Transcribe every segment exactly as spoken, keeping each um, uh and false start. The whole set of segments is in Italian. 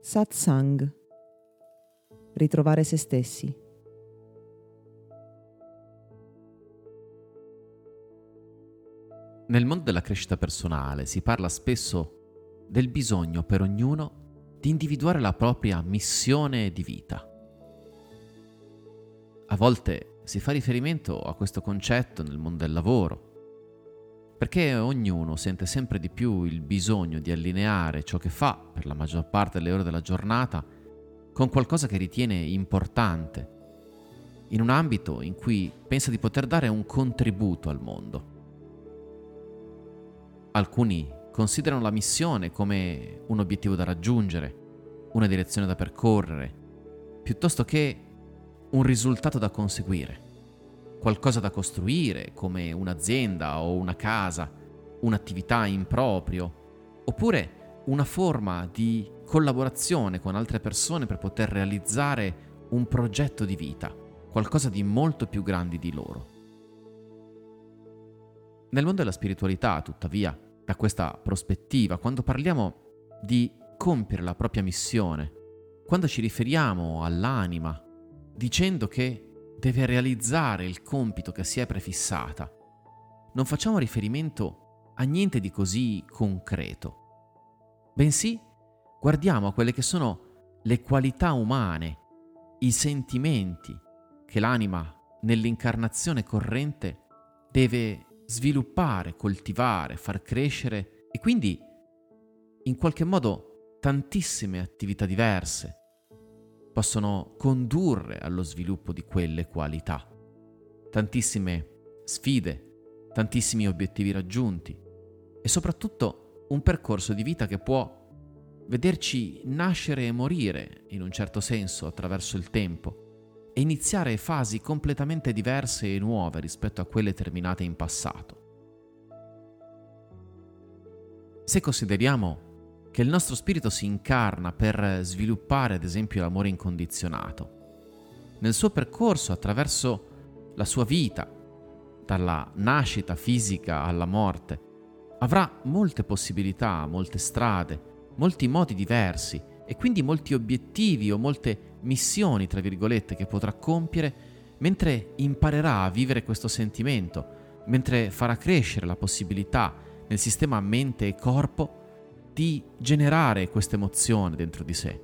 Satsang. Ritrovare se stessi. Nel mondo della crescita personale si parla spesso del bisogno per ognuno di individuare la propria missione di vita. A volte si fa riferimento a questo concetto nel mondo del lavoro, perché ognuno sente sempre di più il bisogno di allineare ciò che fa per la maggior parte delle ore della giornata con qualcosa che ritiene importante, in un ambito in cui pensa di poter dare un contributo al mondo. Alcuni considerano la missione come un obiettivo da raggiungere, una direzione da percorrere, piuttosto che un risultato da conseguire, qualcosa da costruire come un'azienda o una casa, un'attività in proprio, oppure una forma di collaborazione con altre persone per poter realizzare un progetto di vita, qualcosa di molto più grande di loro. Nel mondo della spiritualità, tuttavia, da questa prospettiva, quando parliamo di compiere la propria missione, quando ci riferiamo all'anima, dicendo che deve realizzare il compito che si è prefissata, non facciamo riferimento a niente di così concreto, bensì guardiamo a quelle che sono le qualità umane, i sentimenti che l'anima nell'incarnazione corrente deve sviluppare, coltivare, far crescere e quindi in qualche modo tantissime attività diverse possono condurre allo sviluppo di quelle qualità. Tantissime sfide, tantissimi obiettivi raggiunti e soprattutto un percorso di vita che può vederci nascere e morire in un certo senso attraverso il tempo e iniziare fasi completamente diverse e nuove rispetto a quelle terminate in passato. Se consideriamo che il nostro spirito si incarna per sviluppare ad esempio l'amore incondizionato, nel suo percorso attraverso la sua vita, dalla nascita fisica alla morte, avrà molte possibilità, molte strade, molti modi diversi e quindi molti obiettivi o molte missioni, tra virgolette, che potrà compiere mentre imparerà a vivere questo sentimento, mentre farà crescere la possibilità nel sistema mente e corpo di generare questa emozione dentro di sé.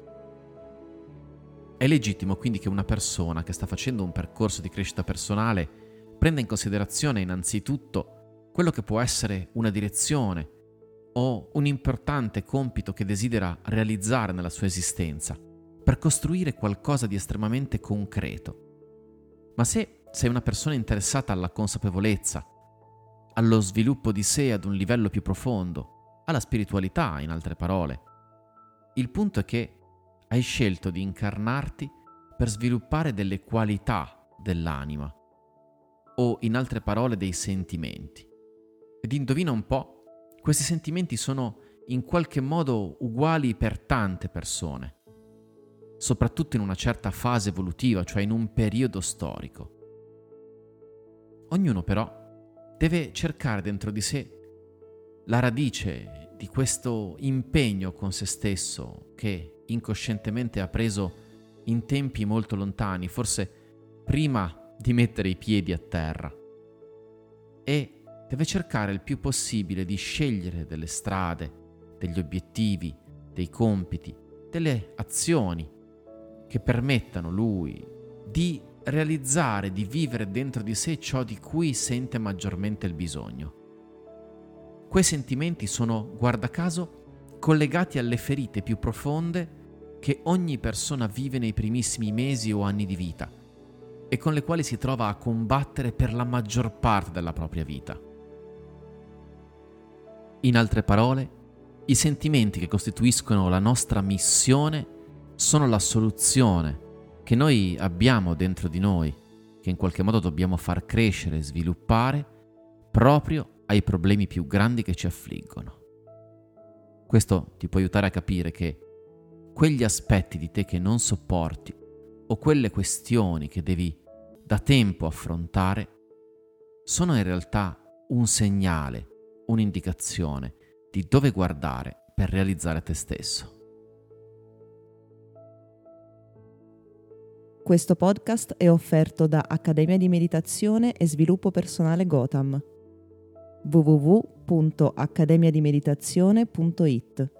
È legittimo quindi che una persona che sta facendo un percorso di crescita personale prenda in considerazione innanzitutto quello che può essere una direzione o un importante compito che desidera realizzare nella sua esistenza, per costruire qualcosa di estremamente concreto. Ma se sei una persona interessata alla consapevolezza, allo sviluppo di sé ad un livello più profondo, alla spiritualità, in altre parole, il punto è che hai scelto di incarnarti per sviluppare delle qualità dell'anima, o in altre parole dei sentimenti. Ed indovina un po', questi sentimenti sono in qualche modo uguali per tante persone, soprattutto in una certa fase evolutiva, cioè in un periodo storico. Ognuno però deve cercare dentro di sé la radice di questo impegno con se stesso che incoscientemente ha preso in tempi molto lontani, forse prima di mettere i piedi a terra, e deve cercare il più possibile di scegliere delle strade, degli obiettivi, dei compiti, delle azioni che permettano lui di realizzare, di vivere dentro di sé ciò di cui sente maggiormente il bisogno. Quei sentimenti sono, guarda caso, collegati alle ferite più profonde che ogni persona vive nei primissimi mesi o anni di vita e con le quali si trova a combattere per la maggior parte della propria vita. In altre parole, i sentimenti che costituiscono la nostra missione sono la soluzione che noi abbiamo dentro di noi, che in qualche modo dobbiamo far crescere e sviluppare proprio ai problemi più grandi che ci affliggono. Questo ti può aiutare a capire che quegli aspetti di te che non sopporti o quelle questioni che devi da tempo affrontare sono in realtà un segnale, un'indicazione di dove guardare per realizzare te stesso. Questo podcast è offerto da Accademia di Meditazione e Sviluppo Personale Gotham. w w w punto accademia di meditazione punto i t